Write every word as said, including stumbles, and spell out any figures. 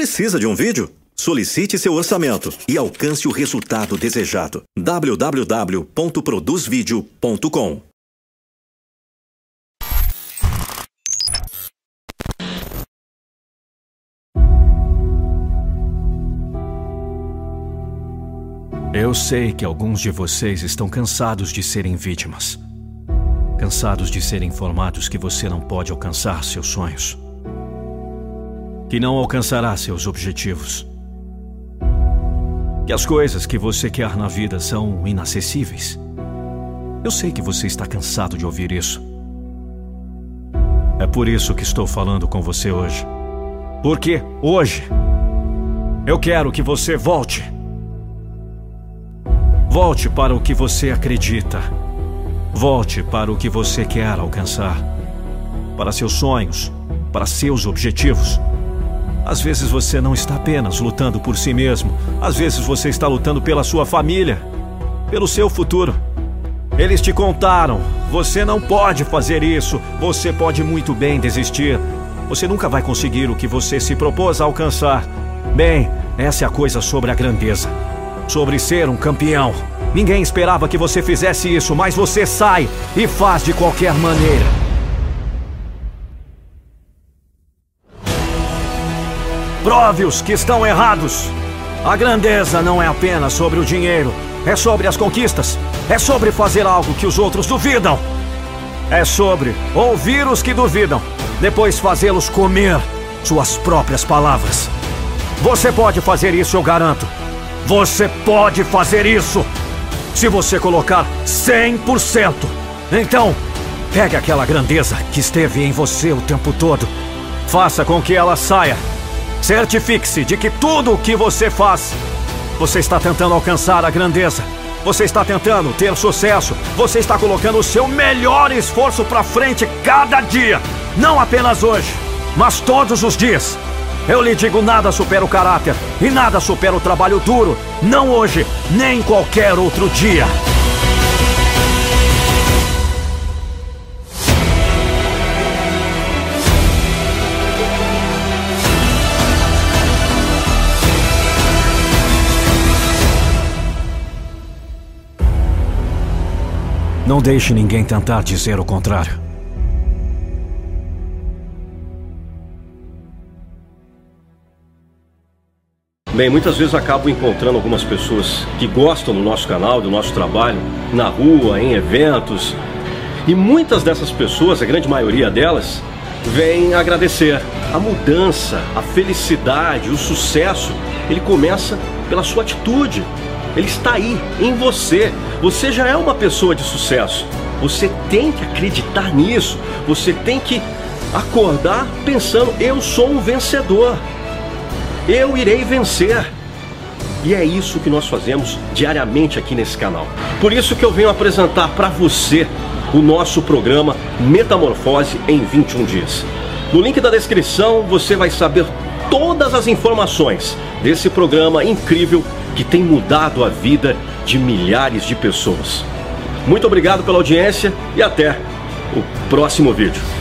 Precisa de um vídeo? Solicite seu orçamento e alcance o resultado desejado. w w w ponto produz vídeo ponto com. Eu sei que alguns de vocês estão cansados de serem vítimas. Cansados de serem informados que você não pode alcançar seus sonhos. Que não alcançará seus objetivos. Que as coisas que você quer na vida são inacessíveis. Eu sei que você está cansado de ouvir isso. É por isso que estou falando com você hoje. Porque hoje eu quero que você volte. Volte para o que você acredita. Volte para o que você quer alcançar. Para seus sonhos, para seus objetivos. Às vezes você não está apenas lutando por si mesmo. Às vezes você está lutando pela sua família, pelo seu futuro. Eles te contaram, você não pode fazer isso, você pode muito bem desistir. Você nunca vai conseguir o que você se propôs a alcançar. Bem, essa é a coisa sobre a grandeza. Sobre ser um campeão. Ninguém esperava que você fizesse isso, mas você sai e faz de qualquer maneira. Prove-os que estão errados. A grandeza não é apenas sobre o dinheiro. É sobre as conquistas. É sobre fazer algo que os outros duvidam. É sobre ouvir os que duvidam, depois fazê-los comer suas próprias palavras. Você pode fazer isso, eu garanto. Você pode fazer isso. Se você colocar cem por cento. Então, pegue aquela grandeza que esteve em você o tempo todo. Faça com que ela saia. Certifique-se de que tudo o que você faz, você está tentando alcançar a grandeza. Você está tentando ter sucesso. Você está colocando o seu melhor esforço para frente cada dia. Não apenas hoje, mas todos os dias. Eu lhe digo, nada supera o caráter e nada supera o trabalho duro. Não hoje, nem qualquer outro dia. Não deixe ninguém tentar dizer o contrário. Bem, muitas vezes acabo encontrando algumas pessoas que gostam do nosso canal, do nosso trabalho, na rua, em eventos. E muitas dessas pessoas, a grande maioria delas, vêm agradecer. A mudança, a felicidade, o sucesso, ele começa pela sua atitude. Ele está aí, em você. Você já é uma pessoa de sucesso. Você tem que acreditar nisso. Você tem que acordar pensando, eu sou um vencedor. Eu irei vencer. E é isso que nós fazemos diariamente aqui nesse canal. Por isso que eu venho apresentar para você o nosso programa Metamorfose em vinte e um dias. No link da descrição você vai saber todas as informações desse programa incrível que tem mudado a vida de milhares de pessoas. Muito obrigado pela audiência e até o próximo vídeo.